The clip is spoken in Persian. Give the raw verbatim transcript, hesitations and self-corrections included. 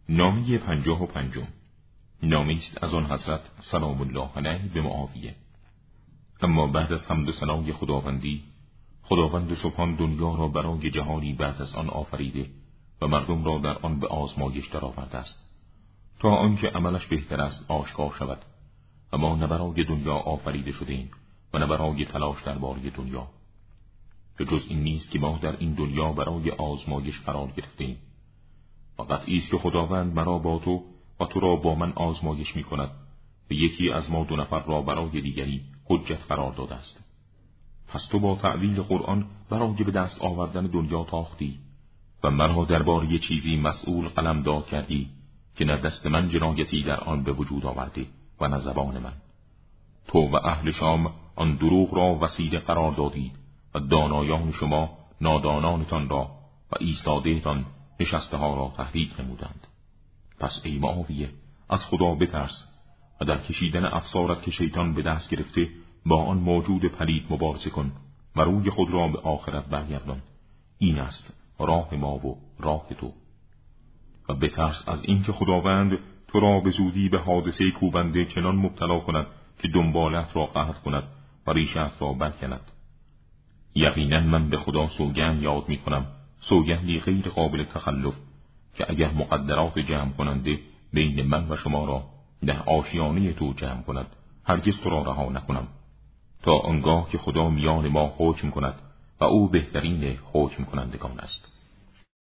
نامه پنجاه و پنجم. نامه است از آن حضرت سلام الله علیه به معاویه. اما بعد از حمد و ثنای خداوندی، خداوند سبحان دنیا را برای جهانی بعد از آن آفریده و مردم را در آن به آزمایش درآورده است تا آنکه عملش بهتر است آشکار شود. اما نه برای دنیا آفریده شدیم و نه برای تلاش درباره دنیا. به جز این نیست که ما در این دنیا برای آزمایش قرار گرفتیم و قطعی است که خداوند مرا با تو و تو را با من آزمایش می کند و یکی از ما دو نفر را برای دیگری حجت قرار داده است. پس تو با تعویل قرآن برای به دست آوردن دنیا تاختی و مرا درباره چیزی مسئول قلمداد کردی که نه دست من جنایتی در آن به وجود آورده و نه زبان من. تو و اهل شام آن دروغ را وسیله قرار دادید و دانایان شما نادانانتان را و ایستادهتان نشسته ها را تحریک نمودند. پس ای معاویه از خدا بترس و در کشیدن افسارت که شیطان به دست گرفته با آن موجود پلید مبارزه کن و روی خود را به آخرت برگردان. این است راه ما و راه تو. و بترس از این که خداوند تو را به زودی به حادثه کوبنده چنان مبتلا کند که دنبالت را قطع کند و ریشت را برکند. یقینا من به خدا سوگند یاد می کنم، سوگندی غیر قابل تخلف، که اگر مقدرات جمع کننده بین من و شما را در آشیانه تو جمع کند هرگز تو را رها نکنم تا آنگاه که خدا میان ما حکم کند و او بهترین حکم کنندگان است.